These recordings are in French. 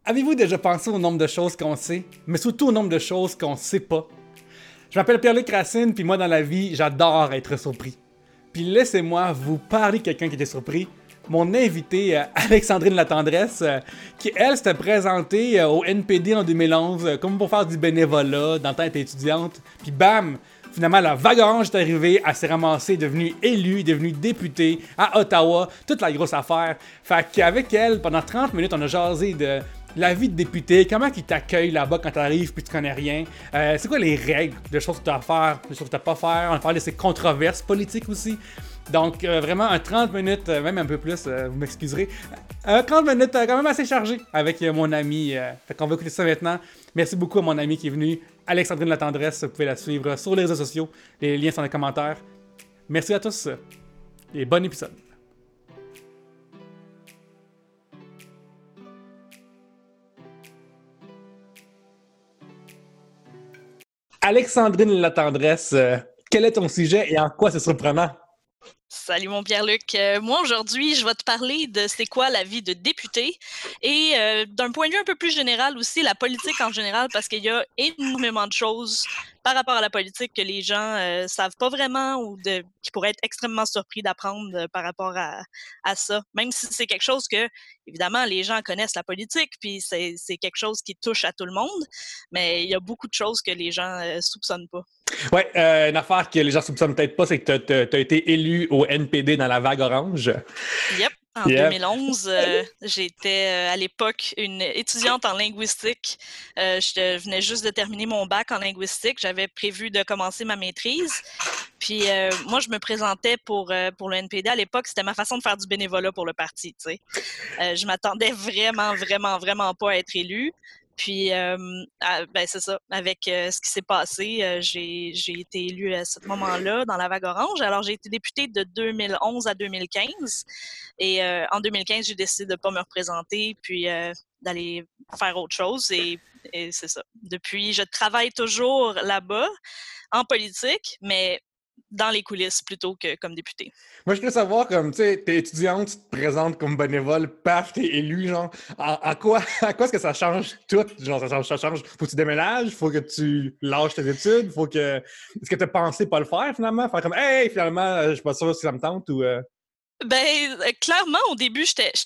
Avez-vous déjà pensé au nombre de choses qu'on sait, mais surtout au nombre de choses qu'on sait pas? Je m'appelle Pierre-Luc Racine, puis moi dans la vie, j'adore être surpris. Puis laissez-moi vous parler de quelqu'un qui était surpris. Mon invité, Alexandrine Latendresse, qui elle s'était présentée au NPD en 2011, comme pour faire du bénévolat, dans le temps elle était étudiante. Puis bam! Finalement, la vague orange est arrivée, elle s'est ramassée, est devenue élue, est devenue députée à Ottawa, toute la grosse affaire. Fait qu'avec elle, pendant 30 minutes, on a jasé de la vie de député, comment ils t'accueillent là-bas quand t'arrives puis tu connais rien. C'est quoi les règles de choses que tu as à faire, de choses que tu n'as pas à faire. On a parlé de ces controverses politiques aussi. Donc, vraiment, un 30 minutes, même un peu plus, vous m'excuserez. 30 minutes quand même assez chargé avec mon ami. Fait qu'on va écouter ça maintenant. Merci beaucoup à mon ami qui est venu, Alexandrine Latendresse. Vous pouvez la suivre sur les réseaux sociaux. Les liens sont dans les commentaires. Merci à tous et bon épisode. Alexandrine Latendresse, quel est ton sujet et en quoi c'est surprenant? Salut mon Pierre-Luc. Moi aujourd'hui, je vais te parler de c'est quoi la vie de député et d'un point de vue un peu plus général aussi, la politique en général, parce qu'il y a énormément de choses par rapport à la politique que les gens savent pas vraiment ou qui pourraient être extrêmement surpris d'apprendre par rapport à ça. Même si c'est quelque chose que, évidemment, les gens connaissent la politique, puis c'est quelque chose qui touche à tout le monde, mais il y a beaucoup de choses que les gens soupçonnent pas. Ouais, une affaire que les gens soupçonnent peut-être pas, c'est que t'as été élu au NPD dans la vague orange. Yep. En Yep. 2011, j'étais à l'époque une étudiante en linguistique. Je venais juste de terminer mon bac en linguistique. J'avais prévu de commencer ma maîtrise. Puis moi, je me présentais pour le NPD. À l'époque, c'était ma façon de faire du bénévolat pour le parti. Tu sais, je m'attendais vraiment pas à être élue. Puis, ben c'est ça. Avec ce qui s'est passé, j'ai été élue à ce moment-là dans la vague orange. Alors, j'ai été députée de 2011 à 2015. Et en 2015, j'ai décidé de ne pas me représenter, puis d'aller faire autre chose. Et c'est ça. Depuis, je travaille toujours là-bas, en politique, mais dans les coulisses plutôt que comme députée. Moi, je voulais savoir, comme, tu sais, t'es étudiante, tu te présentes comme bénévole, paf, t'es élu, genre, à quoi est-ce que ça change tout? Genre, ça change, faut que tu déménages, faut que tu lâches tes études, est-ce que t'as pensé pas le faire, finalement? Faire comme, hey, finalement, je suis pas sûr si ça me tente, ou... Ben, clairement, au début,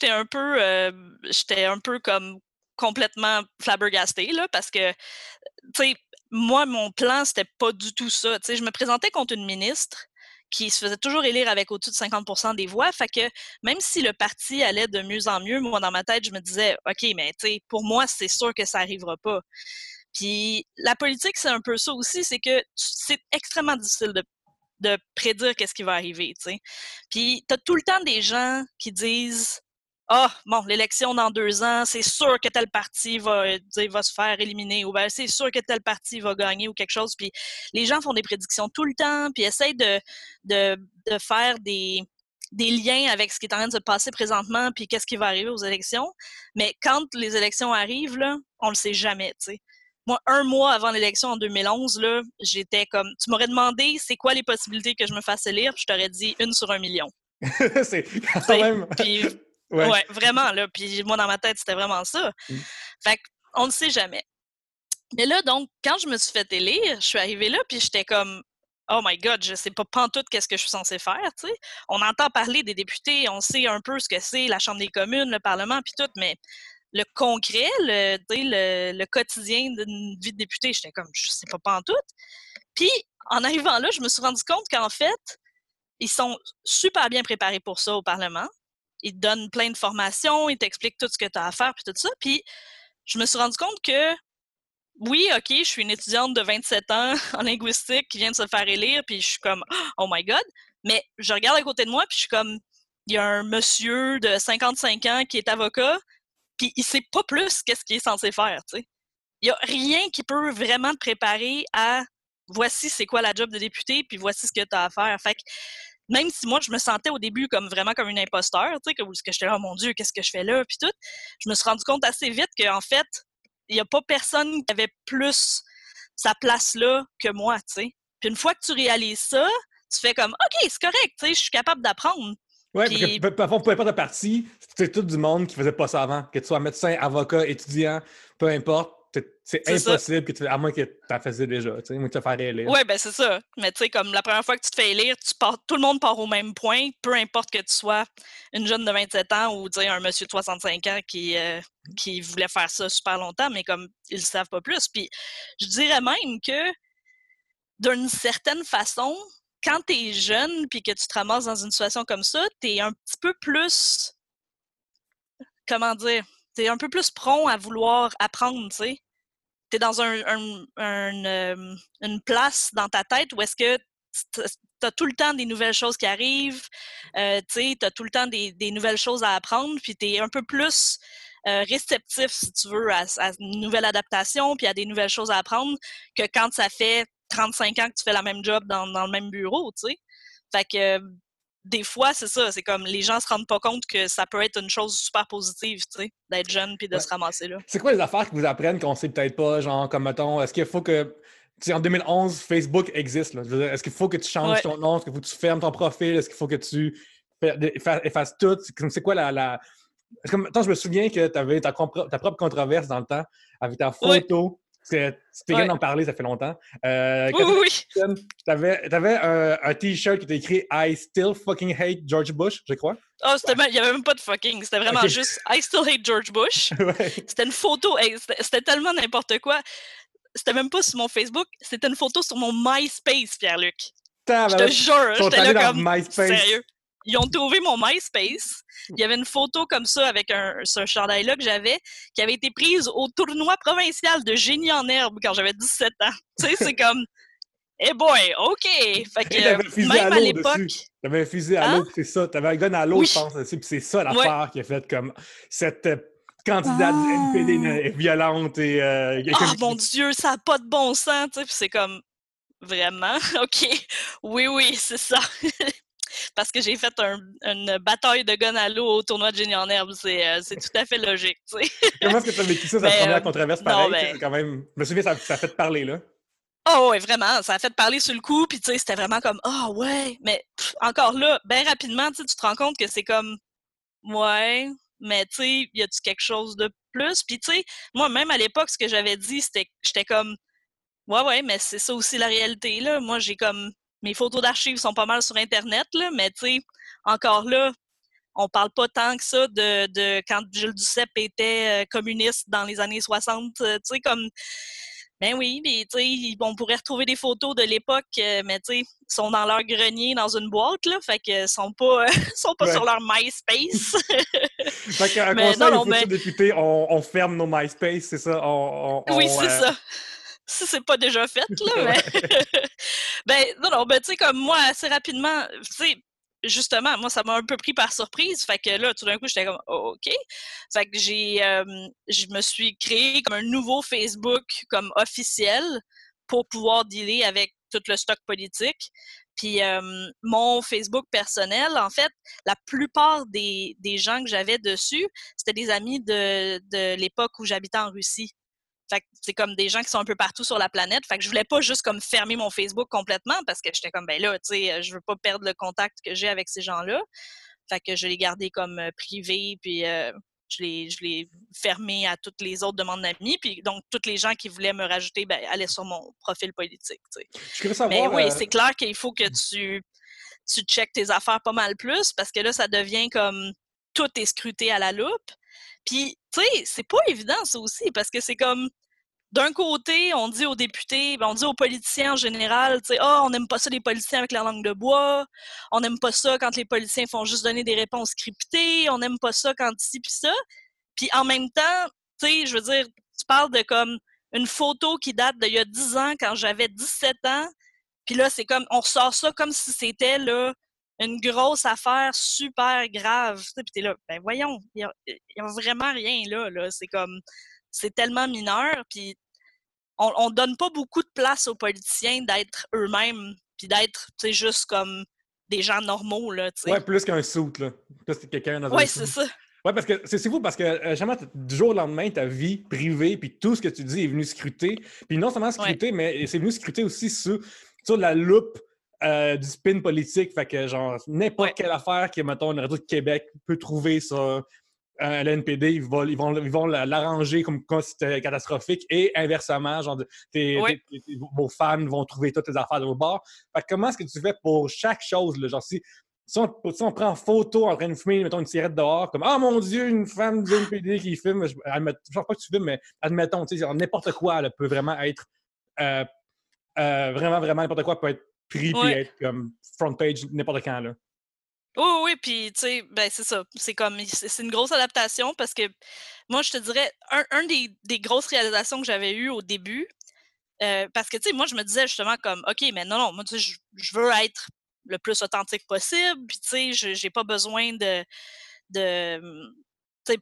j'étais un peu comme complètement flabbergastée, là, parce que, tu sais, moi, mon plan, c'était pas du tout ça. Tu sais, je me présentais contre une ministre qui se faisait toujours élire avec au-dessus de 50% des voix. Fait que même si le parti allait de mieux en mieux, moi, dans ma tête, je me disais, OK, mais tu sais, pour moi, c'est sûr que ça arrivera pas. Puis la politique, c'est un peu ça aussi, c'est que c'est extrêmement difficile de prédire qu'est-ce qui va arriver, tu sais. Puis t'as tout le temps des gens qui disent ah, bon, l'élection dans 2 ans, c'est sûr que tel parti va se faire éliminer, ou bien c'est sûr que tel parti va gagner ou quelque chose. Puis les gens font des prédictions tout le temps, puis essayent de, de faire des liens avec ce qui est en train de se passer présentement, puis qu'est-ce qui va arriver aux élections. Mais quand les élections arrivent, là, on le sait jamais, tu sais. Moi, 1 mois avant l'élection en 2011, là, j'étais comme... Tu m'aurais demandé c'est quoi les possibilités que je me fasse élire, puis je t'aurais dit 1 sur 1 million. C'est quand même... Puis, ouais. ouais, vraiment, là. Puis moi, dans ma tête, c'était vraiment ça. Fait qu'on ne sait jamais. Mais là, donc, quand je me suis fait élire, je suis arrivée là, puis j'étais comme... Oh my God, je sais pas pantoute qu'est-ce que je suis censée faire, tu sais. On entend parler des députés, on sait un peu ce que c'est, la Chambre des communes, le Parlement, puis tout, mais le concret, le quotidien d'une vie de député, j'étais comme, je sais pas pantoute. Puis, en arrivant là, je me suis rendu compte qu'en fait, ils sont super bien préparés pour ça au Parlement. Ils te donnent plein de formations, ils t'expliquent tout ce que tu as à faire, puis tout ça. Puis, je me suis rendu compte que, oui, OK, je suis une étudiante de 27 ans en linguistique qui vient de se faire élire, puis je suis comme, oh my God. Mais je regarde à côté de moi, puis je suis comme, il y a un monsieur de 55 ans qui est avocat, puis il sait pas plus qu'est-ce qu'il est censé faire, tu sais. Il y a rien qui peut vraiment te préparer à voici c'est quoi la job de député, puis voici ce que tu as à faire. Fait que même si moi je me sentais au début comme vraiment comme une imposteur, tu sais, que j'étais là, oh mon Dieu, qu'est-ce que je fais là, puis tout, je me suis rendu compte assez vite qu'en fait, il n'y a pas personne qui avait plus sa place là que moi, tu sais. Puis une fois que tu réalises ça, tu fais comme OK, c'est correct, tu sais, je suis capable d'apprendre. Ouais, parce Puis, que peu importe le parti, c'est tout du monde qui faisait pas ça avant. Que tu sois médecin, avocat, étudiant, peu importe, c'est c'est ça. impossible à moins que tu en faisais déjà, tu sais, moi, tu te faire élire. Ouais, ben c'est ça. Mais tu sais, comme la première fois que tu te fais élire, tout le monde part au même point, peu importe que tu sois une jeune de 27 ans ou un monsieur de 65 ans qui voulait faire ça super longtemps, mais comme ils le savent pas plus. Puis je dirais même que d'une certaine façon, quand t'es jeune puis que tu te ramasses dans une situation comme ça, t'es un petit peu plus, comment dire, t'es un peu plus prompt à vouloir apprendre, tu sais. T'es dans une place dans ta tête où est-ce que t'as tout le temps des nouvelles choses qui arrivent, t'as tout le temps des nouvelles choses à apprendre, puis t'es un peu plus réceptif, si tu veux, à une nouvelle adaptation, puis à des nouvelles choses à apprendre, que quand ça fait 35 ans que tu fais la même job dans le même bureau, tu sais. Fait que des fois, c'est ça, c'est comme les gens se rendent pas compte que ça peut être une chose super positive, tu sais, d'être jeune puis de Ouais. se ramasser là. C'est quoi les affaires qui vous apprennent qu'on sait peut-être pas, genre, comme mettons, est-ce qu'il faut que. Tu sais, en 2011, Facebook existe, là. Je veux dire, est-ce qu'il faut que tu changes Ouais. ton nom? Est-ce qu'il faut que tu fermes ton profil? Est-ce qu'il faut que tu effaces tout? C'est quoi la. Comme, attends, je me souviens que tu avais ta propre controverse dans le temps avec ta Ouais. photo. Parce que tu viens Ouais. d'en parler, ça fait longtemps. Oui, oui, oui. Tu avais un t-shirt qui était écrit I still fucking hate George Bush, je crois. Oh, Ouais. il y avait même pas de fucking. C'était vraiment OK. juste I still hate George Bush. Ouais. C'était une photo. Hey, c'était tellement n'importe quoi. C'était même pas sur mon Facebook. C'était une photo sur mon MySpace, Pierre-Luc. Je te Tabarouette. jure. Ils sont J'étais allés là dans comme MySpace. sérieux. Ils ont trouvé mon MySpace. Il y avait une photo comme ça avec ce chandail-là que j'avais, qui avait été prise au tournoi provincial de génie en herbe quand j'avais 17 ans. Tu sais, c'est comme, hey boy, OK. Fait Et que t'avais un fusil à même à l'eau l'époque, dessus. T'avais un fusil à hein? l'eau, c'est ça. T'avais un gun à l'eau, je Oui. pense, dessus. Puis c'est ça Ouais. l'affaire qui a fait comme cette candidate du NPD Ah! est violente et. Oh mon Dieu, ça n'a pas de bon sens, tu sais. Puis c'est comme, vraiment? OK. Oui, oui, c'est ça. Parce que j'ai fait une bataille de gun à l'eau au tournoi de génie en herbe. C'est tout à fait logique, tu sais. Comment est-ce que tu as vécu ça, cette Mais première controverse non, pareille? ben. C'est quand même. Je me souviens, ça a fait parler, là. Oh, ouais, vraiment. Ça a fait parler sur le coup. Puis, tu sais, c'était vraiment comme, ah, oh, ouais. Mais encore là, bien rapidement, tu te rends compte que c'est comme, ouais. Mais, tu sais, y a-tu quelque chose de plus? Puis, tu sais, moi, même à l'époque, ce que j'avais dit, j'étais comme, ouais, ouais, mais c'est ça aussi la réalité, là. Moi, j'ai comme, mes photos d'archives sont pas mal sur Internet, là. Mais, tu sais, encore là, on parle pas tant que ça de quand Jules Duceppe était communiste dans les années 60, tu sais, comme, ben oui, mais tu sais, on pourrait retrouver des photos de l'époque, mais tu sais, ils sont dans leur grenier, dans une boîte, là, fait que sont pas, sont pas sur Ouais. leur MySpace. Fait qu'un Mais non, conseil aux non, mais futurs députés, on ferme nos MySpace, c'est ça? oui, c'est ça. Si c'est pas déjà fait, là, mais Ouais. ben non, non, ben tu sais, comme moi, assez rapidement, tu sais, justement, moi, ça m'a un peu pris par surprise. Fait que là, tout d'un coup, j'étais comme, oh, OK. Fait que je me suis créé comme un nouveau Facebook comme officiel pour pouvoir dealer avec tout le stock politique. Puis mon Facebook personnel, en fait, la plupart des gens que j'avais dessus, c'était des amis de l'époque où j'habitais en Russie. Fait que c'est comme des gens qui sont un peu partout sur la planète. Fait que je voulais pas juste comme fermer mon Facebook complètement parce que j'étais comme, ben là, tu sais, je veux pas perdre le contact que j'ai avec ces gens-là. Fait que je l'ai gardé comme privé, puis je l'ai fermé à toutes les autres demandes d'amis. Puis donc, toutes les gens qui voulaient me rajouter, ben, allaient sur mon profil politique, tu sais. Je voudrais Mais savoir. oui, c'est clair qu'il faut que tu checkes tes affaires pas mal plus parce que là, ça devient comme tout est scruté à la loupe. Puis, tu sais, c'est pas évident ça aussi parce que c'est comme d'un côté, on dit aux députés, on dit aux politiciens en général, tu sais, on n'aime pas ça les politiciens avec la langue de bois, on n'aime pas ça quand les politiciens font juste donner des réponses scriptées, on n'aime pas ça quand ci puis ça. Puis en même temps, tu sais, je veux dire, tu parles de comme une photo qui date d'il y a 10 ans quand j'avais 17 ans, puis là, c'est comme, on ressort ça comme si c'était là une grosse affaire super grave. Tu sais, puis t'es là, ben voyons, il y a vraiment rien là. C'est comme, c'est tellement mineur, puis on donne pas beaucoup de place aux politiciens d'être eux-mêmes, puis d'être, tu sais, juste comme des gens normaux, là, tu sais. Ouais, plus qu'un suit, là. Plus que quelqu'un dans un Ouais, suit. c'est ça. Ouais, parce que c'est fou parce que justement, du jour au lendemain, ta vie privée, puis tout ce que tu dis est venu scruter. Puis non seulement Ouais. scruter, mais c'est venu scruter aussi sur la loupe du spin politique. Fait que, genre, n'importe quelle affaire que, mettons, le Radio de Québec peut trouver sur le NPD, ils vont l'arranger comme quoi c'était catastrophique et inversement, genre, vos fans vont trouver toutes les affaires de vos bars. Fait que comment est-ce que tu fais pour chaque chose, là? Genre, si on prend photo en train de fumer, mettons, une cigarette dehors, comme « Ah, mon Dieu, une femme du NPD qui filme! » Je ne sais pas que tu filmes, mais admettons, tu sais, n'importe quoi là, peut vraiment être... vraiment, vraiment n'importe quoi peut être pris puis Ouais. être comme front page n'importe quand, là. Oui, oui, puis tu sais, ben c'est ça. C'est une grosse adaptation parce que moi, je te dirais, un des grosses réalisations que j'avais eues au début, parce que tu sais, moi, je me disais justement comme, OK, mais non, moi, tu sais, je veux être le plus authentique possible, puis tu sais, j'ai pas besoin de, tu sais,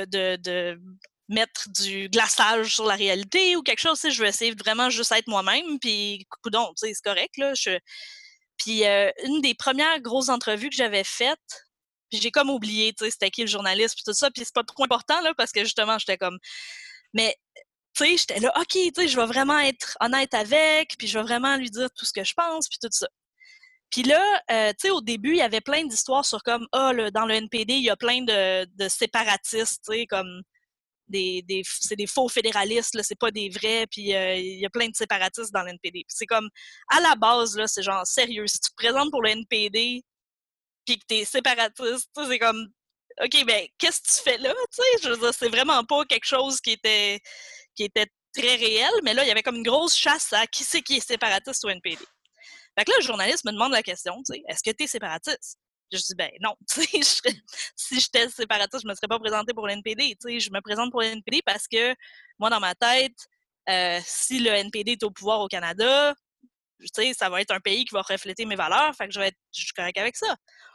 de mettre du glaçage sur la réalité ou quelque chose, tu sais, je veux essayer de vraiment juste être moi-même, puis coudonc, tu sais, c'est correct, là, puis une des premières grosses entrevues que j'avais faites, puis j'ai comme oublié, tu sais, c'était qui le journaliste puis tout ça, puis c'est pas trop important là parce que justement j'étais comme, mais tu sais, j'étais là, ok, tu sais, je vais vraiment être honnête avec, puis je vais vraiment lui dire tout ce que je pense puis tout ça. Puis là, tu sais, au début, il y avait plein d'histoires sur comme, dans le NPD, il y a plein de séparatistes, tu sais, comme c'est des faux fédéralistes, là, c'est pas des vrais, puis il y a plein de séparatistes dans l'NPD. C'est comme, à la base, là, c'est genre, sérieux, si tu te présentes pour le NPD, puis que t'es séparatiste, c'est comme, OK, ben, qu'est-ce que tu fais là, tu sais? Je veux dire, c'est vraiment pas quelque chose qui était très réel, mais là, il y avait comme une grosse chasse à qui c'est qui est séparatiste au NPD. Fait que là, le journaliste me demande la question, tu sais, est-ce que t'es séparatiste? Je dis, ben non, tu sais, si j'étais séparatiste, je me serais pas présentée pour le NPD, tu sais, je me présente pour le NPD parce que, moi, dans ma tête, si le NPD est au pouvoir au Canada, tu sais, ça va être un pays qui va refléter mes valeurs, fait que je suis correct avec ça.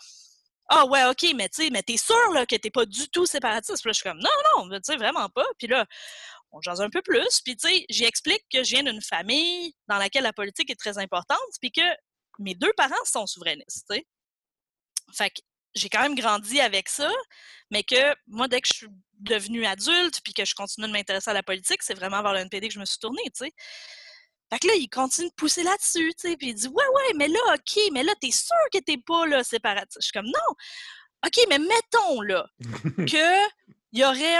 Ah ouais, ok, mais tu sais, mais t'es sûr là, que t'es pas du tout séparatiste? Puis là, je suis comme, non, tu sais, vraiment pas. Puis là, on jase un peu plus. Puis tu sais, j'explique que je viens d'une famille dans laquelle la politique est très importante, puis que mes deux parents sont souverainistes, tu sais. Fait que j'ai quand même grandi avec ça, mais que moi, dès que je suis devenue adulte, puis que je continue de m'intéresser à la politique, c'est vraiment vers le NPD que je me suis tournée, tu sais. Fait que là, il continue de pousser là-dessus, tu sais, puis il dit, ouais, mais là, ok, mais là, t'es sûr que t'es pas, là, séparatiste? Je suis comme, non, ok, mais mettons, là, que il y aurait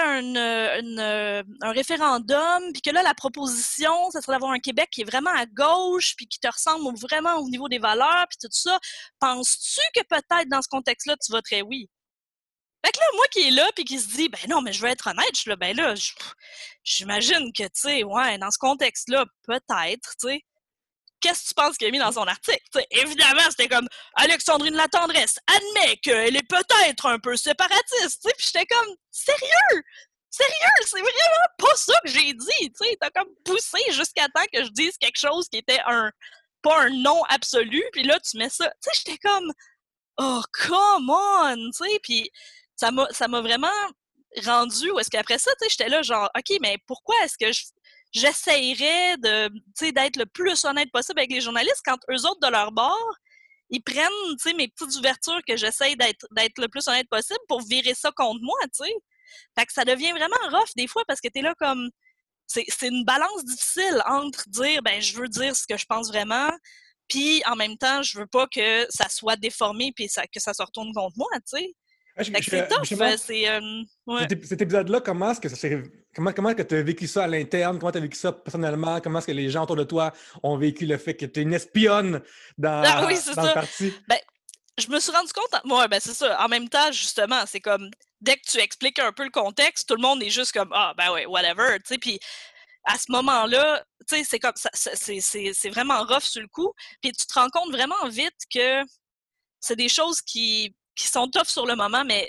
un référendum, puis que là, la proposition, ça serait d'avoir un Québec qui est vraiment à gauche, puis qui te ressemble vraiment au niveau des valeurs, puis tout ça. Penses-tu que peut-être dans ce contexte-là, tu voterais oui? Fait que là, moi qui est là, puis qui se dit, ben non, mais je veux être honnête, je suis là, ben là, j'imagine que, tu sais, ouais, dans ce contexte-là, peut-être, tu sais. Qu'est-ce que tu penses qu'il a mis dans son article? T'sais, évidemment, c'était comme Alexandrine Latendresse admet qu'elle est peut-être un peu séparatiste. Puis j'étais comme, sérieux? Sérieux? C'est vraiment pas ça que j'ai dit. T'as comme poussé jusqu'à temps que je dise quelque chose qui était pas un non absolu. Puis là, tu mets ça. J'étais comme, oh, come on! Puis ça m'a vraiment rendu où est-ce qu'après ça, j'étais là genre, OK, mais pourquoi est-ce que j'essayerais d'être le plus honnête possible avec les journalistes quand eux autres, de leur bord, ils prennent, mes petites ouvertures que j'essaye d'être le plus honnête possible pour virer ça contre moi, tu sais. Fait que ça devient vraiment rough des fois parce que t'es là comme, c'est une balance difficile entre dire, ben, je veux dire ce que je pense vraiment, puis en même temps, je veux pas que ça soit déformé puis que ça se retourne contre moi, tu sais. Fait que c'est tough, ouais. Cet épisode-là, comment est-ce que ça s'est... Comment est-ce que tu as vécu ça à l'interne? Comment tu as vécu ça personnellement? Comment est-ce que les gens autour de toi ont vécu le fait que tu es une espionne Ah oui, c'est dans le ça. parti? Ben, je me suis rendu compte, ouais, ben c'est ça. En même temps, justement, c'est comme, dès que tu expliques un peu le contexte, tout le monde est juste comme, ah, ben ouais, whatever, tu sais, puis à ce moment-là, tu sais, c'est comme, c'est vraiment rough sur le coup, puis tu te rends compte vraiment vite que c'est des choses qui sont tough sur le moment, mais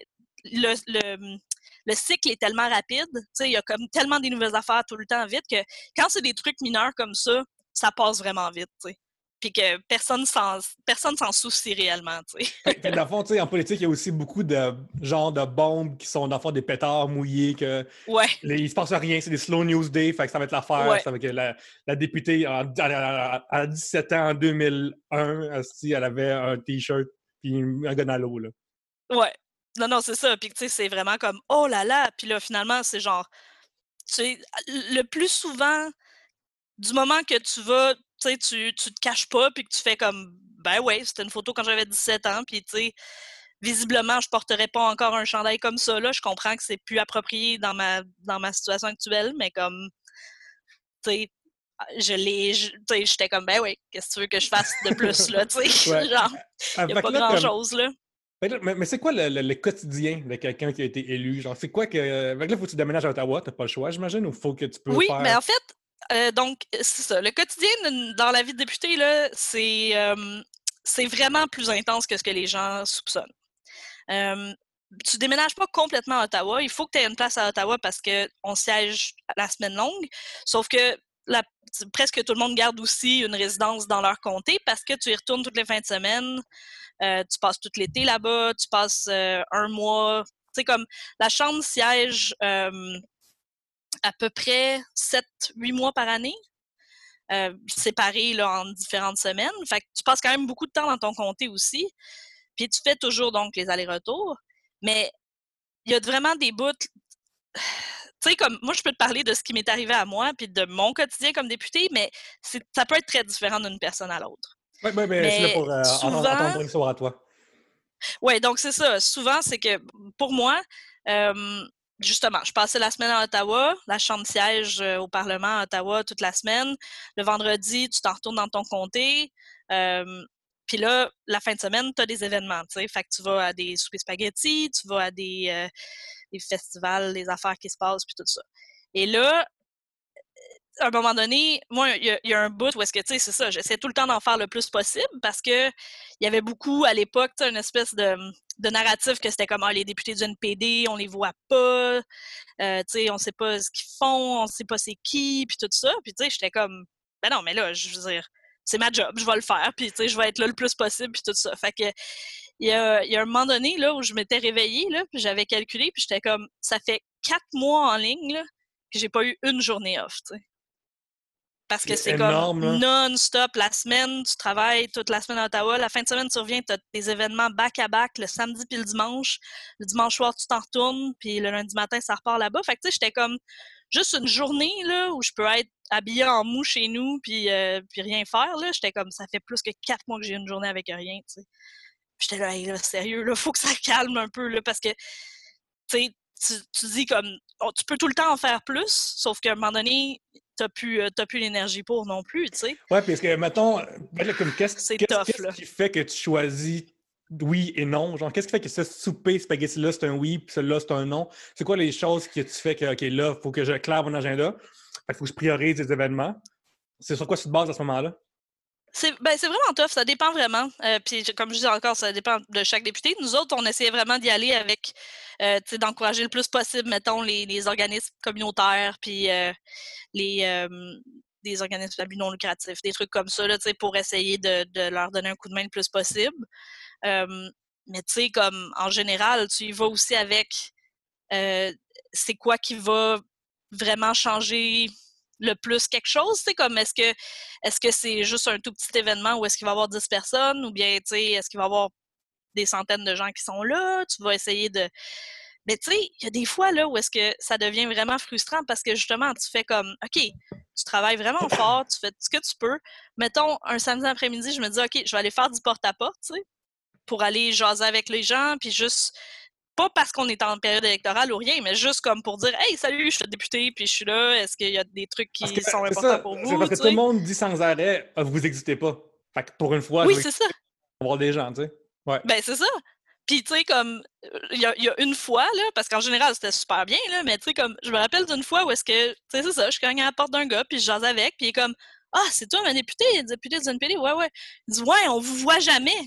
le cycle est tellement rapide, tu sais, il y a comme tellement des nouvelles affaires tout le temps vite que quand c'est des trucs mineurs comme ça passe vraiment vite, tu sais. Puis que personne s'en soucie réellement, tu sais. Fait dans le fond, tu sais, en politique, il y a aussi beaucoup de genres de bombes qui sont dans le fond des pétards mouillés que Ouais, il se passe rien, c'est des slow news day, fait que ça va être l'affaire. ouais, Ça va que la députée à 17 ans en 2001, elle avait un t-shirt puis un gun à l'eau, là. ouais. Non, c'est ça. Puis tu sais, c'est vraiment comme, oh là là. Puis là, finalement, c'est genre, tu sais, le plus souvent, du moment que tu vas, tu sais, tu te caches pas, puis que tu fais comme, ben ouais, c'était une photo quand j'avais 17 ans, puis tu sais, visiblement, je porterais pas encore un chandail comme ça, là. Je comprends que c'est plus approprié dans ma situation actuelle, mais comme, tu sais, tu sais, j'étais comme, ben oui, qu'est-ce que tu veux que je fasse de plus, là, tu sais, Ouais. genre, il y a Fait que pas là, comme. grand-chose, là. Fait que là, mais c'est quoi le quotidien de quelqu'un qui a été élu? Genre, c'est quoi que. Fait que là, faut que tu déménages à Ottawa, t'as pas le choix, j'imagine, ou faut que tu peux Oui, mais faire. en fait, donc, c'est ça. Le quotidien dans la vie de député, là, c'est vraiment plus intense que ce que les gens soupçonnent. Euh, Tu déménages pas complètement à Ottawa. Il faut que tu aies une place à Ottawa parce qu'on siège la semaine longue. Sauf que presque tout le monde garde aussi une résidence dans leur comté parce que tu y retournes toutes les fins de semaine. Tu passes tout l'été là-bas. Tu passes un mois. Tu sais, comme la chambre siège à peu près 7-8 mois par année, séparés là, en différentes semaines. Fait que tu passes quand même beaucoup de temps dans ton comté aussi. Puis tu fais toujours donc les allers-retours. Mais il y a vraiment des bouts. Tu sais, comme moi, je peux te parler de ce qui m'est arrivé à moi, puis de mon quotidien comme député, mais ça peut être très différent d'une personne à l'autre. Ouais, ouais, mais je suis là Mais pour entendre souvent, ton histoire à toi. ouais, donc c'est ça. Souvent, c'est que pour moi, justement, je passais la semaine à Ottawa, la chambre siège au Parlement à Ottawa toute la semaine. Le vendredi, tu t'en retournes dans ton comté. Puis là, la fin de semaine, tu as des événements, tu sais. Fait que tu vas à des soupers spaghettis, tu vas à des festivals, des affaires qui se passent, puis tout ça. Et là, à un moment donné, moi, il y a un bout où est-ce que, tu sais, c'est ça, j'essaie tout le temps d'en faire le plus possible parce que il y avait beaucoup à l'époque, tu sais, une espèce de narratif que c'était comme les députés du NPD, on les voit pas, tu sais, on sait pas ce qu'ils font, on sait pas c'est qui, puis tout ça. Puis tu sais, j'étais comme, ben non, mais là, je veux dire, c'est ma job, je vais le faire, puis tu sais, je vais être là le plus possible, puis tout ça. Fait que il y a un moment donné là où je m'étais réveillée là, puis j'avais calculé, puis j'étais comme, ça fait 4 mois en ligne là que j'ai pas eu une journée off, tu sais. Parce que C'est c'est comme énorme, là. non-stop. La semaine, tu travailles toute la semaine à Ottawa. La fin de semaine, tu reviens, tu as des événements back-à-back le samedi puis le dimanche. Le dimanche soir, tu t'en retournes, puis le lundi matin, ça repart là-bas. Fait que tu sais, j'étais comme juste une journée là où je peux être habillée en mou chez nous puis rien faire. Là. J'étais comme, ça fait plus que 4 mois que j'ai une journée avec rien, tu sais. J'étais là, hey, là, sérieux, là, faut que ça calme un peu, là, parce que, tu sais, tu dis comme, tu peux tout le temps en faire plus, sauf qu'à un moment donné, t'as plus l'énergie pour non plus, tu sais. Ouais, parce que, mettons, ben là, comme, C'est tough, qu'est-ce là. qui fait que tu choisis oui et non? Genre, qu'est-ce qui fait que ce souper spaghetti-là, c'est un oui, puis celui-là, c'est un non? C'est quoi les choses que tu fais que, OK, là, il faut que je claire mon agenda, il faut que je priorise les événements? C'est sur quoi tu te bases à ce moment-là? C'est vraiment tough, ça dépend vraiment. Puis comme je dis encore, ça dépend de chaque député. Nous autres, on essayait vraiment d'y aller avec, tu sais, d'encourager le plus possible, mettons, les organismes communautaires, puis les des organismes à but non lucratif, des trucs comme ça, là, tu sais, pour essayer de leur donner un coup de main le plus possible. Euh, mais tu sais, comme en général, tu y vas aussi avec euh, c'est quoi qui va vraiment changer le plus quelque chose, c'est comme est-ce que c'est juste un tout petit événement où est-ce qu'il va y avoir 10 personnes ou bien tu sais est-ce qu'il va y avoir des centaines de gens qui sont là, tu vas essayer de mais tu sais, il y a des fois là où est-ce que ça devient vraiment frustrant parce que justement tu fais comme OK, tu travailles vraiment fort, tu fais ce que tu peux. Mettons un samedi après-midi, je me dis OK, je vais aller faire du porte-à-porte, tu sais, pour aller jaser avec les gens puis juste pas parce qu'on est en période électorale ou rien, mais juste comme pour dire hey, salut, je suis député, puis je suis là, est-ce qu'il y a des trucs Parce que qui sont c'est importants ça, pour c'est vous, parce que tu tout le sais? monde dit sans arrêt, ah, vous n'existez pas. Fait que pour une fois, je Oui, vais c'est ça. voir des gens, tu sais. Ouais. Ben, c'est ça. Puis, tu sais, comme, il y a une fois, là, parce qu'en général, c'était super bien, là, mais tu sais, comme, je me rappelle d'une fois où est-ce que, tu sais, c'est ça, je cogne à la porte d'un gars, puis je jase avec, puis il est comme, ah, c'est toi, ma députée, député du NPD, ouais, ouais. Il dit, ouais, on vous voit jamais.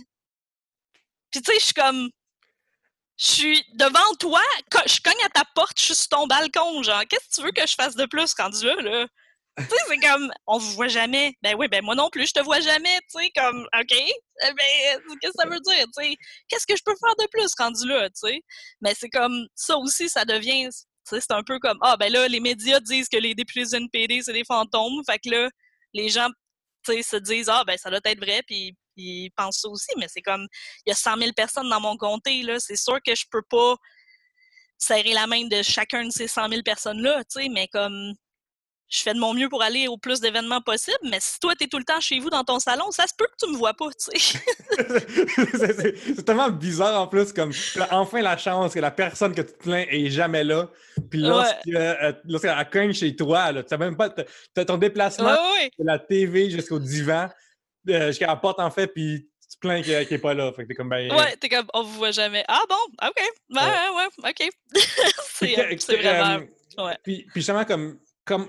Puis, tu sais, je suis comme, je suis devant toi, je cogne à ta porte, je suis sur ton balcon, genre, qu'est-ce que tu veux que je fasse de plus rendu là, là? Tu sais, c'est comme, on vous voit jamais. Ben oui, ben moi non plus, je te vois jamais, tu sais, comme, OK, ben, qu'est-ce que ça veut dire, tu sais? Qu'est-ce que je peux faire de plus rendu là, tu sais? Mais c'est comme, ça aussi, ça devient, tu sais, c'est un peu comme, ah, ben là, les médias disent que les députés du NPD, c'est des fantômes, fait que là, les gens, tu sais, se disent, ah, ben ça doit être vrai, puis ils pensent ça aussi, mais c'est comme, il y a 100 000 personnes dans mon comté, là, c'est sûr que je peux pas serrer la main de chacun de ces 100 000 personnes-là, tu sais, mais comme, je fais de mon mieux pour aller au plus d'événements possible, mais si toi, t'es tout le temps chez vous dans ton salon, ça se peut que tu me vois pas, tu sais. C'est tellement bizarre en plus, comme t'as enfin la chance que la personne que tu te plains est jamais là. Puis Ouais, lorsqu'elle cogne chez toi, là, tu sais même pas, t'as ton ouais, déplacement ouais. de la TV jusqu'au divan, jusqu'à la porte en fait, puis tu te plains qu'il est pas là. Fait que t'es comme Ouais, t'es comme, on vous voit jamais. Ah bon, ok, ouais, euh, ouais, ouais, ok. puis, C'est vraiment, ouais. puis justement, comme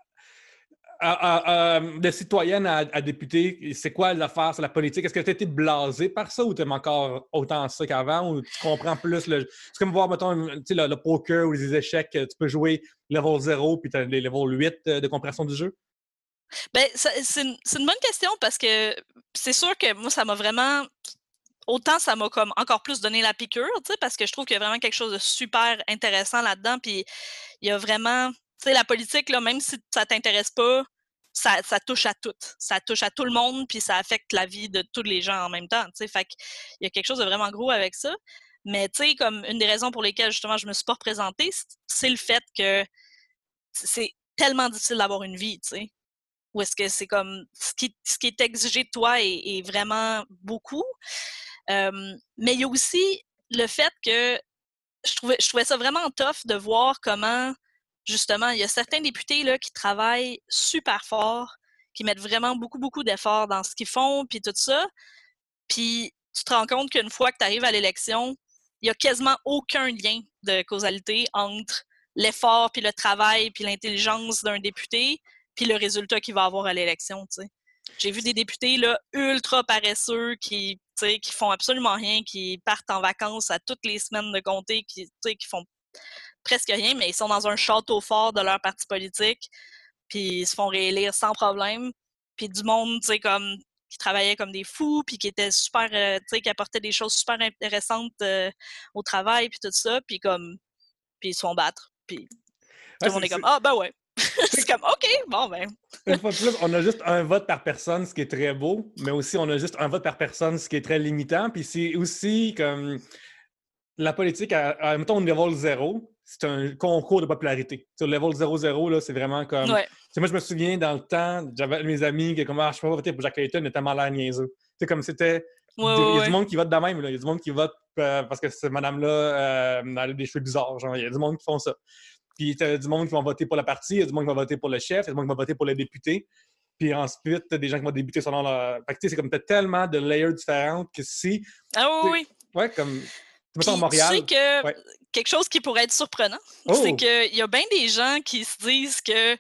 de citoyenne à députée, c'est quoi l'affaire, c'est la politique? Est-ce que tu as été blasé par ça ou tu aimes encore autant ça qu'avant ou tu comprends plus le. C'est comme voir, mettons, le poker ou les échecs, tu peux jouer level 0 puis tu as les level 8 de compréhension du jeu? Ben, c'est une bonne question parce que c'est sûr que moi, ça m'a vraiment. Autant ça m'a comme encore plus donné la piqûre, tu sais, parce que je trouve qu'il y a vraiment quelque chose de super intéressant là-dedans. Puis il y a vraiment. Tu sais, la politique, là, même si ça t'intéresse pas, ça touche à tout. Ça touche à tout le monde, puis ça affecte la vie de tous les gens en même temps, tu sais. Fait qu'il y a quelque chose de vraiment gros avec ça. Mais tu sais, comme une des raisons pour lesquelles justement je me suis pas représentée, c'est le fait que c'est tellement difficile d'avoir une vie, tu sais. Ou est-ce que c'est comme ce qui est exigé de toi est vraiment beaucoup. Mais il y a aussi le fait que je trouvais ça vraiment tough de voir comment, justement, il y a certains députés là, qui travaillent super fort, qui mettent vraiment beaucoup, beaucoup d'efforts dans ce qu'ils font, puis tout ça. Puis tu te rends compte qu'une fois que tu arrives à l'élection, il y a quasiment aucun lien de causalité entre l'effort, puis le travail, puis l'intelligence d'un député, puis le résultat qu'il va avoir à l'élection, tu sais. J'ai vu des députés là, ultra paresseux qui font absolument rien, qui partent en vacances à toutes les semaines de comté, qui font presque rien, mais ils sont dans un château fort de leur parti politique, puis ils se font réélire sans problème. Puis du monde, tu sais, comme qui travaillaient comme des fous, puis qui étaient super, tu sais, qui apportaient des choses super intéressantes au travail, puis tout ça, puis ils se font battre. Puis Ouais, tout le monde est comme, ah, ben ouais. C'est comme, OK, bon, ben. une fois de plus, on a juste un vote par personne, ce qui est très beau, mais aussi on a juste un vote par personne, ce qui est très limitant. Puis c'est aussi comme la politique, mettons, au level 0, c'est un concours de popularité. Sur le level 0-0, là, c'est vraiment comme. Ouais. Moi, je me souviens dans le temps, j'avais mes amis qui, comme, je peux pas voter pour Jack Layton, il a tellement l'air niaiseux. C'est comme c'était. Ouais, Il ouais, y a du ouais. monde qui vote de même, là. Il y a du monde qui vote parce que cette madame-là, elle a des cheveux bizarres. Genre, il y a du monde qui font ça. Puis il y a du monde qui vont voter pour la partie, il y a du monde qui va voter pour le chef, il y a du monde qui va voter pour le député. Puis ensuite, t'as des gens qui vont débuter selon leur. Fait que, c'est comme t'as tellement de layers différentes que si. Ah oui, oui. Ouais, comme. Mettons à Puis tu sais Montréal. que Ouais. quelque chose qui pourrait être surprenant, c'est Oh! qu'il y a bien des gens qui se disent que,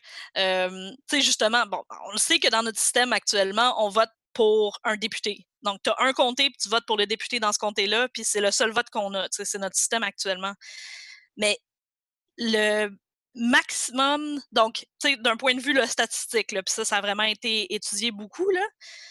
tu sais, justement, bon, on le sait que dans notre système actuellement, on vote pour un député. Donc, tu as un comté, puis tu votes pour le député dans ce comté-là, puis c'est le seul vote qu'on a. Tu sais, c'est notre système actuellement. Mais le maximum, donc, tu sais, d'un point de vue là, statistique, là, puis ça a vraiment été étudié beaucoup, là,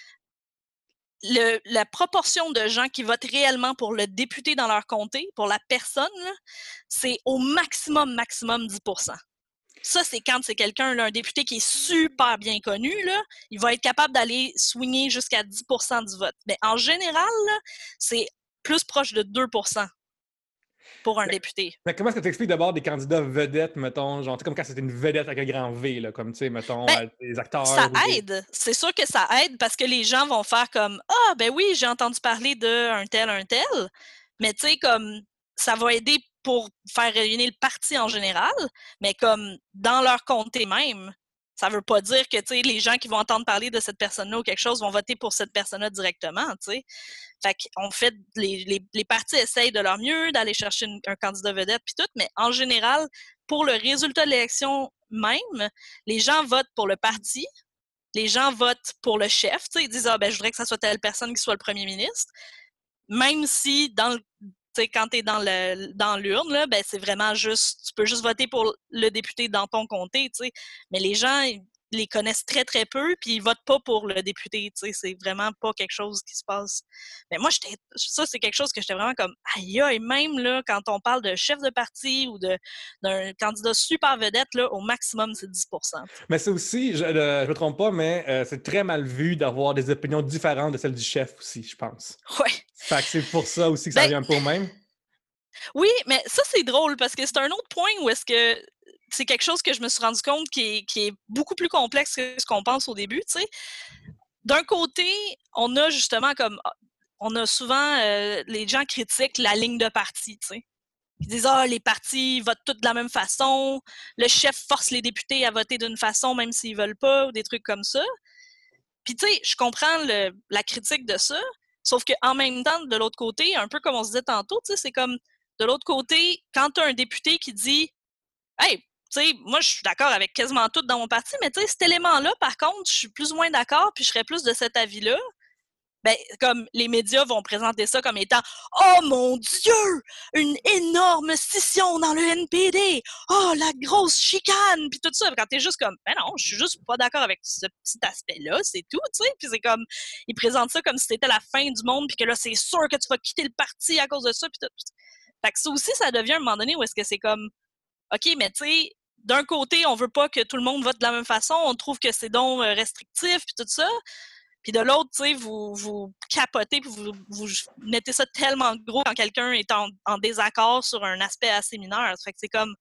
la proportion de gens qui votent réellement pour le député dans leur comté, pour la personne, là, c'est au maximum 10%. Ça, c'est quand c'est quelqu'un, là, un député qui est super bien connu, là, il va être capable d'aller swinger jusqu'à 10% du vote. Mais en général, là, c'est plus proche de 2% pour un Mais, député. mais comment est-ce que tu expliques d'abord des candidats vedettes, mettons, genre, tu sais, comme quand c'était une vedette avec un grand V, là, comme, tu sais, mettons, Ben, des ça acteurs ou des. aide. C'est sûr que ça aide parce que les gens vont faire comme ah ben oui, j'ai entendu parler de un tel. Mais tu sais comme ça va aider pour faire rayonner le parti en général, mais comme dans leur comté même, ça veut pas dire que tu sais les gens qui vont entendre parler de cette personne-là ou quelque chose vont voter pour cette personne-là directement, tu sais. Fait qu'on fait les partis essayent de leur mieux d'aller chercher un candidat vedette puis tout, mais en général pour le résultat de l'élection même, les gens votent pour le parti, les gens votent pour le chef. Ils disent ah ben je voudrais que ça soit telle personne qui soit le premier ministre, même si quand tu es dans l'urne, là, ben, c'est vraiment juste, tu peux juste voter pour le député dans ton comté, tu sais. Mais les gens, ils les connaissent très, très peu, puis ils votent pas pour le député, tu sais. C'est vraiment pas quelque chose qui se passe. Mais moi, ça, c'est quelque chose que j'étais vraiment comme, aïe, aïe, même, là, quand on parle de chef de parti ou d'un candidat super vedette, là, au maximum, c'est 10%. Mais c'est aussi, je me trompe pas, mais c'est très mal vu d'avoir des opinions différentes de celles du chef aussi, je pense. Ouais. Fait que c'est pour ça aussi que ça Ben, revient un peu au même. oui, mais ça, c'est drôle parce que c'est un autre point où est-ce que c'est quelque chose que je me suis rendu compte qui est beaucoup plus complexe que ce qu'on pense au début, tu sais. D'un côté, on a justement comme... On a souvent... les gens critiquent la ligne de parti, tu sais. Ils disent « Ah, les partis votent tous de la même façon. Le chef force les députés à voter d'une façon même s'ils veulent pas. » ou des trucs comme ça. Puis tu sais, je comprends la critique de ça, sauf qu'en même temps, de l'autre côté, un peu comme on se disait tantôt, tu sais, c'est comme, de l'autre côté, quand tu as un député qui dit « Hey, tu sais, moi je suis d'accord avec quasiment tout dans mon parti, mais tu sais, cet élément-là, par contre, je suis plus ou moins d'accord, puis je serais plus de cet avis-là. » Ben, comme les médias vont présenter ça comme étant « Oh mon Dieu! Une énorme scission dans le NPD! Oh, la grosse chicane! » Puis tout ça. Quand t'es juste comme « Ben non, je suis juste pas d'accord avec ce petit aspect-là, c'est tout, tu sais. » Puis c'est comme, ils présentent ça comme si c'était la fin du monde, puis que là, c'est sûr que tu vas quitter le parti à cause de ça, puis tout. Fait que ça aussi, ça devient un moment donné où est-ce que c'est comme « OK, mais tu sais, d'un côté, on veut pas que tout le monde vote de la même façon, on trouve que c'est donc restrictif, puis tout ça. » Puis de l'autre, tu sais, vous capotez, puis vous mettez ça tellement gros quand quelqu'un est en désaccord sur un aspect assez mineur. Fait que c'est comme...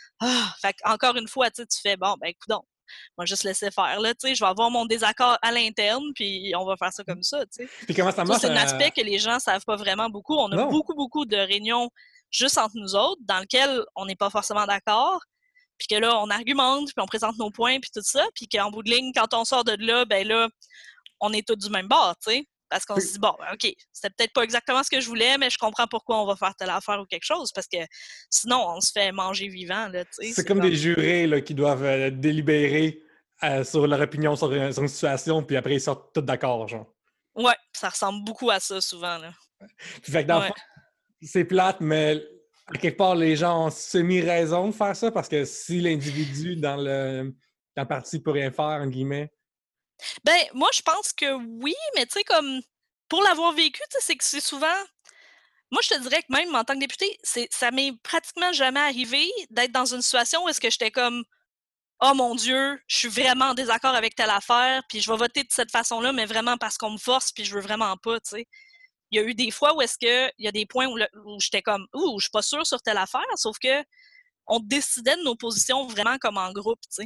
fait encore une fois, tu fais, bon, ben coudonc, on va juste laisser faire, là, tu sais, je vais avoir mon désaccord à l'interne, puis on va faire ça comme ça, tu sais. Puis comment ça Ça, marche? c'est un aspect que les gens savent pas vraiment beaucoup. On a Non. beaucoup de réunions juste entre nous autres, dans lesquelles on n'est pas forcément d'accord, puis que là, on argumente, puis on présente nos points, puis tout ça, puis qu'en bout de ligne, quand on sort de là, ben là, on est tous du même bord, tu sais. Parce qu'on se dit, bon, OK, c'était peut-être pas exactement ce que je voulais, mais je comprends pourquoi on va faire telle affaire ou quelque chose, parce que sinon, on se fait manger vivant, là, tu sais. C'est comme des jurés là, qui doivent délibérer sur leur opinion sur une situation, puis après, ils sortent tous d'accord, genre. Ouais, ça ressemble beaucoup à ça, souvent, là. Puis fait que dans le fond, c'est plate, mais à quelque part, les gens ont semi-raison de faire ça, parce que si l'individu dans le parti peut rien faire, en guillemets... Ben, moi, je pense que oui, mais tu sais, comme, pour l'avoir vécu, tu sais, c'est que c'est souvent... Moi, je te dirais que même en tant que député, ça m'est pratiquement jamais arrivé d'être dans une situation où est-ce que j'étais comme oh mon Dieu, je suis vraiment en désaccord avec telle affaire, puis je vais voter de cette façon-là, mais vraiment parce qu'on me force, puis je veux vraiment pas, tu sais. Il y a eu des fois où est-ce que il y a des points où j'étais comme je suis pas sûre sur telle affaire, sauf que on décidait de nos positions vraiment comme en groupe, tu sais.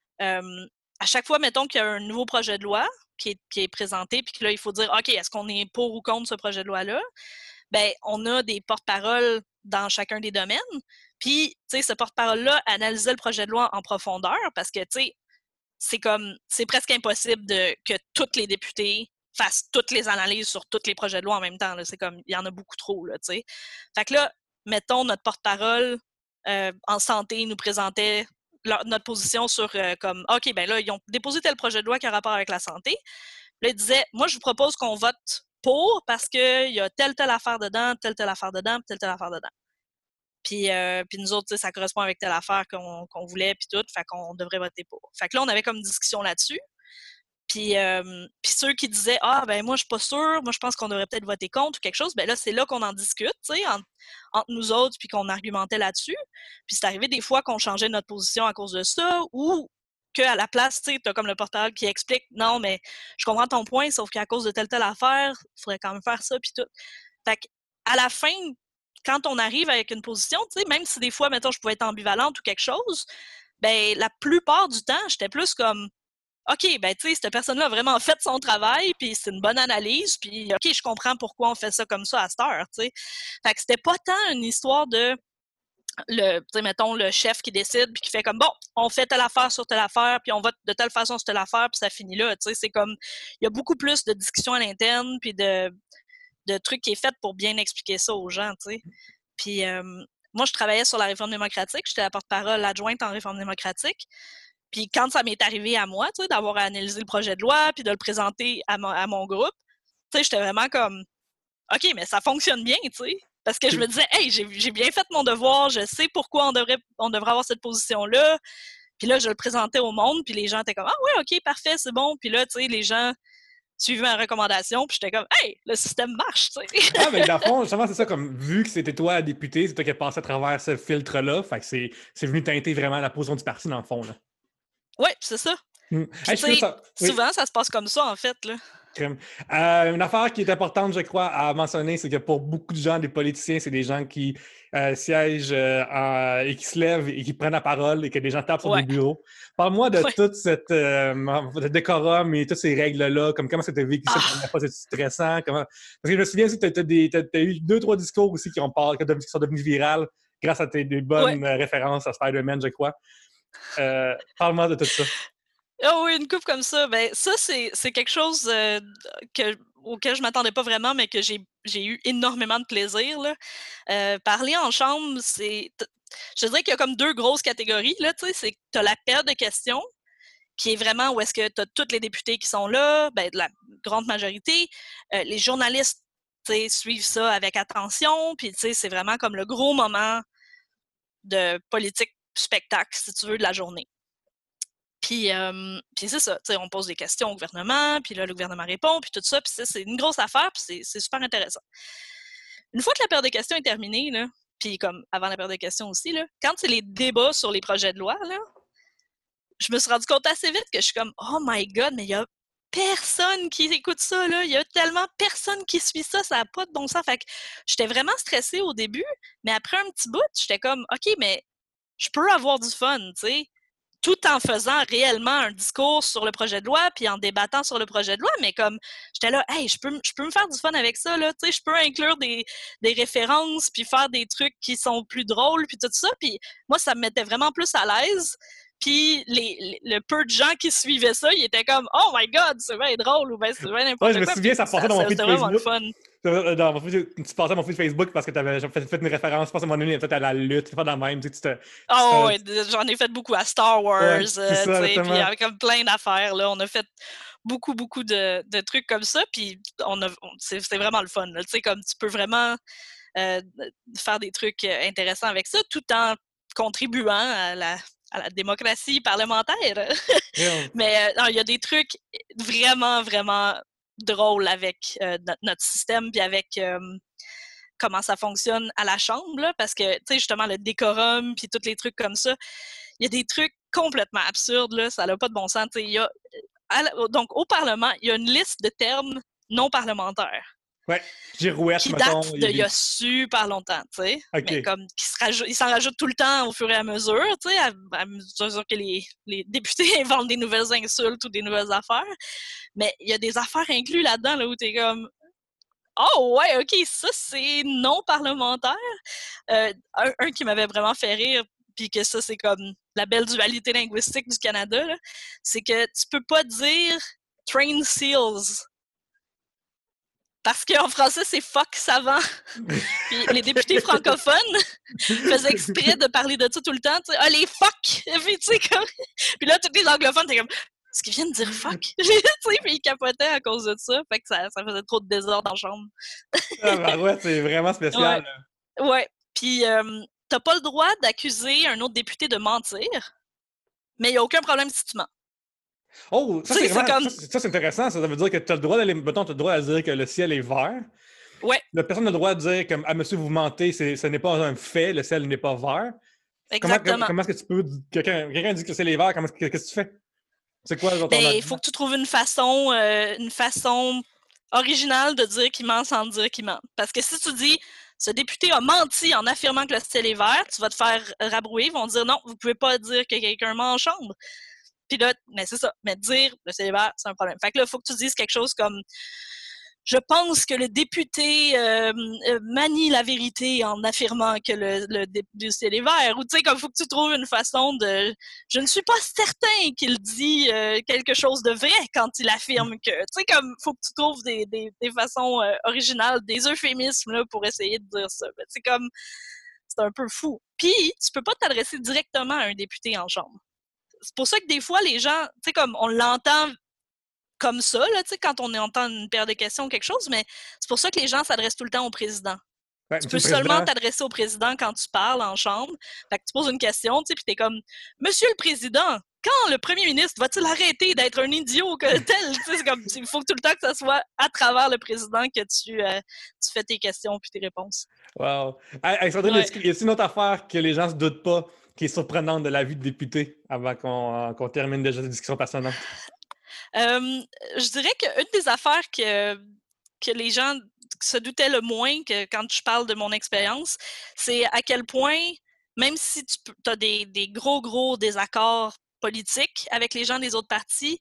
À chaque fois, mettons qu'il y a un nouveau projet de loi qui est présenté, puis que là, il faut dire OK, est-ce qu'on est pour ou contre ce projet de loi-là? Ben, on a des porte-paroles dans chacun des domaines. Puis, tu sais, ce porte-parole-là analysait le projet de loi en profondeur parce que, tu sais, c'est presque impossible que tous les députés fassent toutes les analyses sur tous les projets de loi en même temps. Là. C'est comme, il y en a beaucoup trop, là, tu sais. Fait que là, mettons, notre porte-parole en santé nous présentait notre position sur comme, OK, ben là, ils ont déposé tel projet de loi qui a rapport avec la santé. Là, il disait, moi, je vous propose qu'on vote pour parce qu'il y a telle affaire dedans, telle affaire dedans, telle affaire dedans. Puis nous autres, ça correspond avec telle affaire qu'on voulait, puis tout, fait qu'on devrait voter pour. Fait que là, on avait comme une discussion là-dessus. Puis ceux qui disaient « Ah, ben moi, je suis pas sûre, moi, je pense qu'on devrait peut-être voter contre ou quelque chose », ben là, c'est là qu'on en discute, tu sais, entre nous autres, puis qu'on argumentait là-dessus. Puis c'est arrivé des fois qu'on changeait notre position à cause de ça, ou qu'à la place, tu sais, t'as comme le porte-parole qui explique « Non, mais je comprends ton point, sauf qu'à cause de telle affaire, il faudrait quand même faire ça, puis tout. » Fait qu'à la fin, quand on arrive avec une position, tu sais, même si des fois, mettons, je pouvais être ambivalente ou quelque chose, ben la plupart du temps, j'étais plus comme OK, ben tu sais, cette personne-là a vraiment fait son travail, puis c'est une bonne analyse, puis OK, je comprends pourquoi on fait ça comme ça à cette heure, tu sais. Fait que c'était pas tant une histoire de tu sais, mettons, le chef qui décide, puis qui fait comme, bon, on fait telle affaire sur telle affaire, puis on vote de telle façon sur telle affaire, puis ça finit là, tu sais. C'est comme, il y a beaucoup plus de discussions à l'interne, puis de trucs qui est fait pour bien expliquer ça aux gens, tu sais. Puis moi, je travaillais sur la réforme démocratique, j'étais la porte-parole adjointe en réforme démocratique. Puis quand ça m'est arrivé à moi, tu sais, d'avoir analysé le projet de loi, puis de le présenter à mon groupe, tu sais, j'étais vraiment comme, OK, mais ça fonctionne bien, tu sais. Parce que je me disais, hey, j'ai bien fait mon devoir, je sais pourquoi on devrait avoir cette position-là. Puis là, je le présentais au monde, puis les gens étaient comme, ah ouais, OK, parfait, c'est bon. Puis là, tu sais, les gens suivaient ma recommandation, puis j'étais comme, hey, le système marche, tu sais. Ah, mais dans le fond, justement, c'est ça, comme vu que c'était toi, député, c'est toi qui as passé à travers ce filtre-là, fait que c'est venu teinter vraiment la position du parti, dans le fond, là. Oui, c'est ça. Hey, Puis, tu sais, souvent, ça se passe comme ça, en fait, là. Crème. Une affaire qui est importante, je crois, à mentionner, c'est que pour beaucoup de gens, des politiciens, c'est des gens qui siègent et qui se lèvent et qui prennent la parole et que des gens tapent sur des Ouais. bureaux. Parle-moi de Ouais. toute cette de décorum et toutes ces règles-là, comme comment c'était vécu ça la première fois, c'était stressant, comment... Parce que je me souviens aussi que t'as eu 2-3 discours aussi qui sont devenus virales grâce à des bonnes Ouais. références à Spider-Man, je crois. Parle-moi de tout ça. Ah oui, une coupe comme ça, ben ça, c'est quelque chose auquel je m'attendais pas vraiment, mais que j'ai eu énormément de plaisir, là. Parler en chambre, je dirais qu'il y a comme deux grosses catégories, là, tu sais. C'est que tu as la période de questions, qui est vraiment où est-ce que tu as tous les députés qui sont là, ben, de la grande majorité. Les journalistes, tu sais, suivent ça avec attention, puis tu sais, c'est vraiment comme le gros moment de politique spectacle, si tu veux, de la journée. Puis c'est ça, tu sais, on pose des questions au gouvernement, puis là, le gouvernement répond, puis tout ça, puis ça, c'est une grosse affaire, puis c'est super intéressant. Une fois que la période de questions est terminée, là, puis comme avant la période de questions aussi, là, quand c'est les débats sur les projets de loi, là, je me suis rendu compte assez vite que je suis comme « Oh my God, mais il y a personne qui écoute ça, là. Il y a tellement personne qui suit ça, ça n'a pas de bon sens. » Fait que j'étais vraiment stressée au début, mais après un petit bout, j'étais comme « OK, mais je peux avoir du fun, tu sais. » Tout en faisant réellement un discours sur le projet de loi, puis en débattant sur le projet de loi, mais comme j'étais là, hey, je peux me faire du fun avec ça, là, tu sais, je peux inclure des références, puis faire des trucs qui sont plus drôles, puis tout ça, puis moi, ça me mettait vraiment plus à l'aise, puis le peu de gens qui suivaient ça, ils étaient comme, oh my god, c'est bien drôle, ou bien c'est bien Ouais, n'importe je me quoi, souviens, puis ça passait dans mon feed c'était vraiment le Facebook. fun. Tu passais à mon feed Facebook parce que tu avais fait une référence, je pense à un moment donné, peut-être à la lutte, pas dans le même, tu sais, Oh, ouais, j'en ai fait beaucoup à Star Wars, ouais, c'est tu ça, sais, puis justement. avec comme plein d'affaires, là. On a fait beaucoup de trucs comme ça, puis c'est vraiment le fun, là. Tu sais, comme tu peux vraiment euh, faire des trucs intéressants avec ça, tout en contribuant à la démocratie parlementaire. Real. Mais non, il y a des trucs vraiment drôles avec notre système, puis avec comment ça fonctionne à la chambre, là, parce que, tu sais, justement, le décorum, puis tous les trucs comme ça, il y a des trucs complètement absurdes, là, ça n'a pas de bon sens. Il y a, donc, au Parlement, il y a une liste de termes non parlementaires Ouais, girouette, qui mettons. date d'il y a super longtemps, tu sais, mais OK. comme ils s'en rajoutent tout le temps au fur et à mesure, tu sais, à mesure que les députés inventent des nouvelles insultes ou des nouvelles affaires, mais il y a des affaires incluses là-dedans, là, où t'es comme oh ouais, ok, ça c'est non parlementaire. Un qui m'avait vraiment fait rire, puis que ça c'est comme la belle dualité linguistique du Canada, c'est que tu peux pas dire train seals. Parce qu'en français, c'est fuck savant. Puis les députés OK. francophones faisaient exprès de parler de ça tout le temps. Tu sais, ah, les fuck! Puis, tu sais, comme... puis là, tous les anglophones, t'es comme, est-ce qu'ils viennent dire fuck? Tu sais, puis ils capotaient à cause de ça. Fait que ça faisait trop de désordre en chambre. Ah, bah ouais, c'est vraiment Ouais. spécial. Ouais. Puis, t'as pas le droit d'accuser un autre député de mentir, mais il n'y a aucun problème si tu mens. Oh, ça Tu sais, c'est c'est vraiment, comme. ça, c'est intéressant. Ça veut dire que tu as le droit d'aller, mettons, tu as le droit à dire que le ciel est vert. Ouais, La personne a le droit de dire comme ah monsieur vous mentez, ce n'est pas un fait, le ciel n'est pas vert. exactement. Comment est-ce que tu peux quelqu'un dit que le ciel est vert, qu'est-ce que tu fais? C'est quoi genre, ton Ben, il faut argument? que tu trouves une façon originale de dire qu'il ment sans dire qu'il ment. Parce que si tu dis ce député a menti en affirmant que le ciel est vert, tu vas te faire rabrouer. Ils vont dire non, vous pouvez pas dire que quelqu'un ment en chambre. Puis là, mais c'est ça. Mais dire le ciel est vert, c'est un problème. Fait que là, il faut que tu dises quelque chose comme je pense que le député manie la vérité en affirmant que le ciel est vert. Ou tu sais, comme il faut que tu trouves une façon de... Je ne suis pas certain qu'il dit quelque chose de vrai quand il affirme que... Tu sais, comme il faut que tu trouves des façons originales, des euphémismes là, pour essayer de dire ça. C'est comme... C'est un peu fou. Puis, tu peux pas t'adresser directement à un député en chambre. C'est pour ça que des fois, les gens, tu sais, comme on l'entend comme ça, là, quand on entend une paire de questions ou quelque chose, mais c'est pour ça que les gens s'adressent tout le temps au président. Ouais, Tu monsieur peux le seulement président. t'adresser au président quand tu parles en chambre. Fait que tu poses une question, puis t'es comme « Monsieur le président, quand le premier ministre va-t-il arrêter d'être un idiot que tel? » C'est comme, il faut tout le temps que ça soit à travers le président que tu fais tes questions puis tes réponses. Wow. Hey, Sandrine, Ouais. y a-t-il une autre affaire que les gens se doutent pas qui est surprenante de la vie de député avant qu'on termine déjà cette discussion passionnante? Je dirais qu'une des affaires que les gens se doutaient le moins que quand je parle de mon expérience, c'est à quel point, même si tu as des gros désaccords politiques avec les gens des autres partis,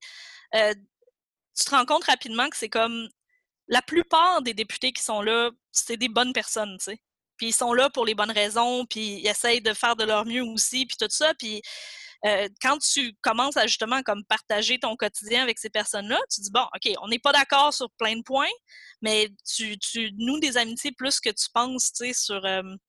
tu te rends compte rapidement que c'est comme la plupart des députés qui sont là, c'est des bonnes personnes, tu sais. Puis ils sont là pour les bonnes raisons, puis ils essayent de faire de leur mieux aussi, puis tout ça. Puis quand tu commences à justement comme partager ton quotidien avec ces personnes-là, tu dis, bon, OK, on n'est pas d'accord sur plein de points, mais tu noues des amitiés plus que tu penses, tu sais, sur...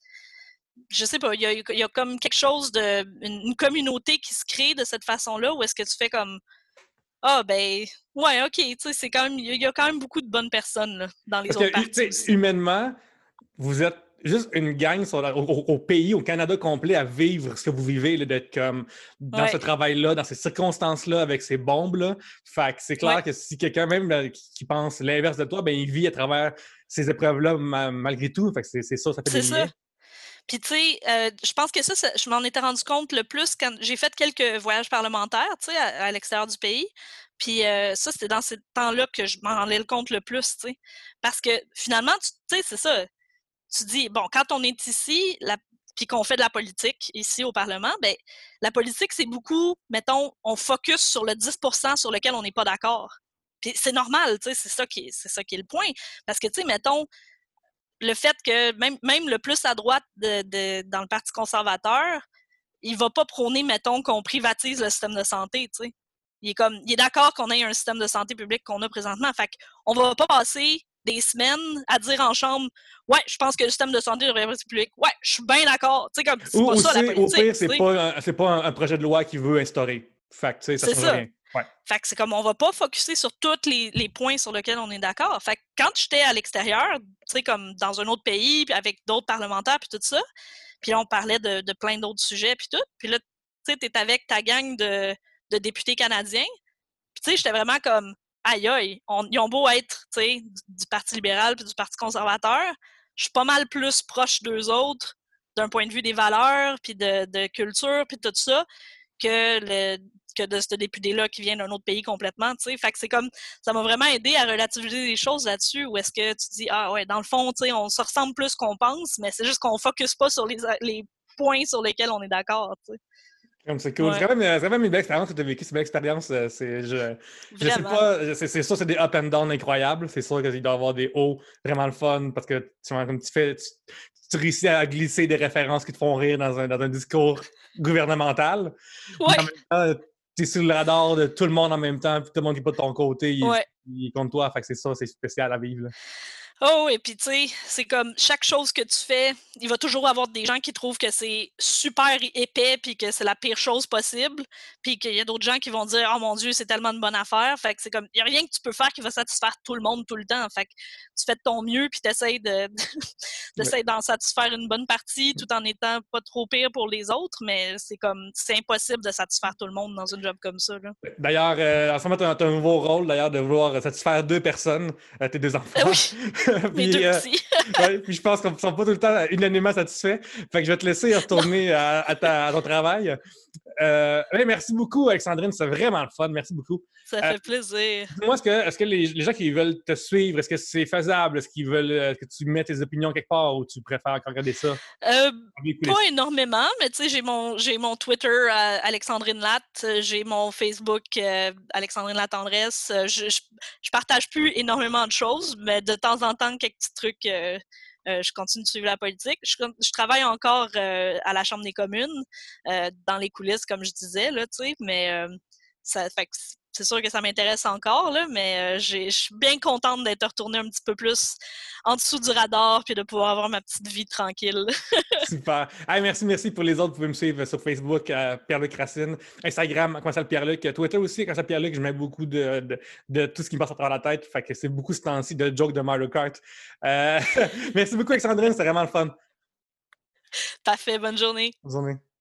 je sais pas, il y a comme quelque chose de... Une communauté qui se crée de cette façon-là, où est-ce que tu fais comme... Ah, ben, ouais, OK, tu sais, c'est quand même... Il y a quand même beaucoup de bonnes personnes là, dans les Parce autres que, parties tu sais, aussi. humainement, vous êtes juste une gang au pays, au Canada complet, à vivre ce que vous vivez, là, d'être comme dans Ouais, ce travail-là, dans ces circonstances-là, avec ces bombes-là. Fait que c'est ouais. clair que si quelqu'un même qui pense l'inverse de toi, ben il vit à travers ces épreuves-là malgré tout. Fait que c'est ça fait des C'est liens. ça. Puis tu sais, je pense que ça, je m'en étais rendu compte le plus quand j'ai fait quelques voyages parlementaires, tu sais, à l'extérieur du pays. Puis ça, c'était dans ces temps-là que je m'en rendais compte le plus, tu sais. Parce que finalement, tu sais, c'est ça. Tu dis, bon, quand on est ici, puis qu'on fait de la politique ici au Parlement, ben la politique, c'est beaucoup, mettons, on focus sur le 10% sur lequel on n'est pas d'accord. Puis c'est normal, tu sais, c'est ça qui est le point. Parce que, tu sais, mettons, le fait que même le plus à droite dans le Parti conservateur, il va pas prôner, mettons, qu'on privatise le système de santé, tu sais. Il est d'accord qu'on ait un système de santé publique qu'on a présentement. Fait qu'on va pas passer des semaines à dire en chambre, ouais, je pense que le système de santé devrait être public. Ouais, je suis bien d'accord. Tu sais, comme, c'est pas Ou ça la c'est, au politique, pire, tu sais. c'est pas un projet de loi qui veut instaurer. Fait que, tu sais, ça C'est change ça. rien. Ouais. Fait que c'est comme on va pas focuser sur tous les points sur lesquels on est d'accord. Fait que quand j'étais à l'extérieur, tu sais, comme dans un autre pays, puis avec d'autres parlementaires, puis tout ça, puis là, on parlait de plein d'autres sujets, puis tout. Puis là, tu sais, t'es avec ta gang de députés canadiens. Puis tu sais, j'étais vraiment comme, aïe aïe, ils ont beau être, tu sais, du Parti libéral puis du Parti conservateur, je suis pas mal plus proche d'eux autres d'un point de vue des valeurs, puis de culture, puis tout ça, que que de ce député-là qui vient d'un autre pays complètement, tu sais. Fait que c'est comme, ça m'a vraiment aidé à relativiser les choses là-dessus, où est-ce que tu dis, ah ouais, dans le fond, tu sais, on se ressemble plus qu'on pense, mais c'est juste qu'on focus pas sur les points sur lesquels on est d'accord, tu sais. Comme c'est cool. Ouais, C'est quand même une belle expérience que tu as vécue. C'est une belle expérience. Je sais vraiment. pas. C'est sûr, c'est des up and down incroyables. C'est sûr qu'il doit y avoir des hauts vraiment le fun parce que comme tu réussis à glisser des références qui te font rire dans un discours gouvernemental. Mais en Ouais, même temps, tu es sur le radar de tout le monde en même temps. Puis tout le monde qui est pas de ton côté, ouais. il est contre toi. Fait que c'est ça, c'est spécial à vivre. Là. Oh, et puis tu sais, c'est comme chaque chose que tu fais, il va toujours avoir des gens qui trouvent que c'est super épais puis que c'est la pire chose possible, puis qu'il y a d'autres gens qui vont dire oh mon Dieu, c'est tellement une bonne affaire. Fait que c'est comme il y a rien que tu peux faire qui va satisfaire tout le monde tout le temps. Fait que tu fais de ton mieux puis t'essayes Ouais. d'essayer d'en satisfaire une bonne partie tout en étant pas trop pire pour les autres, mais c'est impossible de satisfaire tout le monde dans une job comme ça là. D'ailleurs, en ce moment, tu as un nouveau rôle d'ailleurs de vouloir satisfaire deux personnes, tes deux enfants. Oui, mes deux puis, petits. ouais, puis je pense qu'on ne sont pas tout le temps unanimement satisfaits. Fait que je vais te laisser Non, retourner à ton travail. Ouais, merci beaucoup, Alexandrine. C'est vraiment le fun. Merci beaucoup. ça fait plaisir. Dis-moi, est-ce que les gens qui veulent te suivre, est-ce que c'est faisable? Est-ce qu'ils veulent que tu mettes tes opinions quelque part ou tu préfères encore regarder ça? Euh, Les Pas coulisses? énormément, mais tu sais, j'ai mon Twitter Alexandrine Latte, j'ai mon Facebook Alexandrine Latendresse. Je partage plus énormément de choses, mais de temps en temps, quelques petits trucs. Je continue de suivre la politique. Je travaille encore à la Chambre des communes, dans les coulisses, comme je disais, là, tu sais, mais ça fait que c'est sûr que ça m'intéresse encore, là, mais je suis bien contente d'être retournée un petit peu plus en dessous du radar puis de pouvoir avoir ma petite vie tranquille. Super. Hey, merci pour les autres. Vous pouvez me suivre sur Facebook, Pierre-Luc Racine. Instagram, comment ça le Pierre-Luc. Twitter aussi, comment ça Pierre-Luc. Je mets beaucoup de tout ce qui me passe à travers la tête. Fait que c'est beaucoup ce temps-ci de jokes de Mario Kart. Merci beaucoup, Alexandrine. C'était vraiment le fun. Parfait, bonne journée. Bonne journée.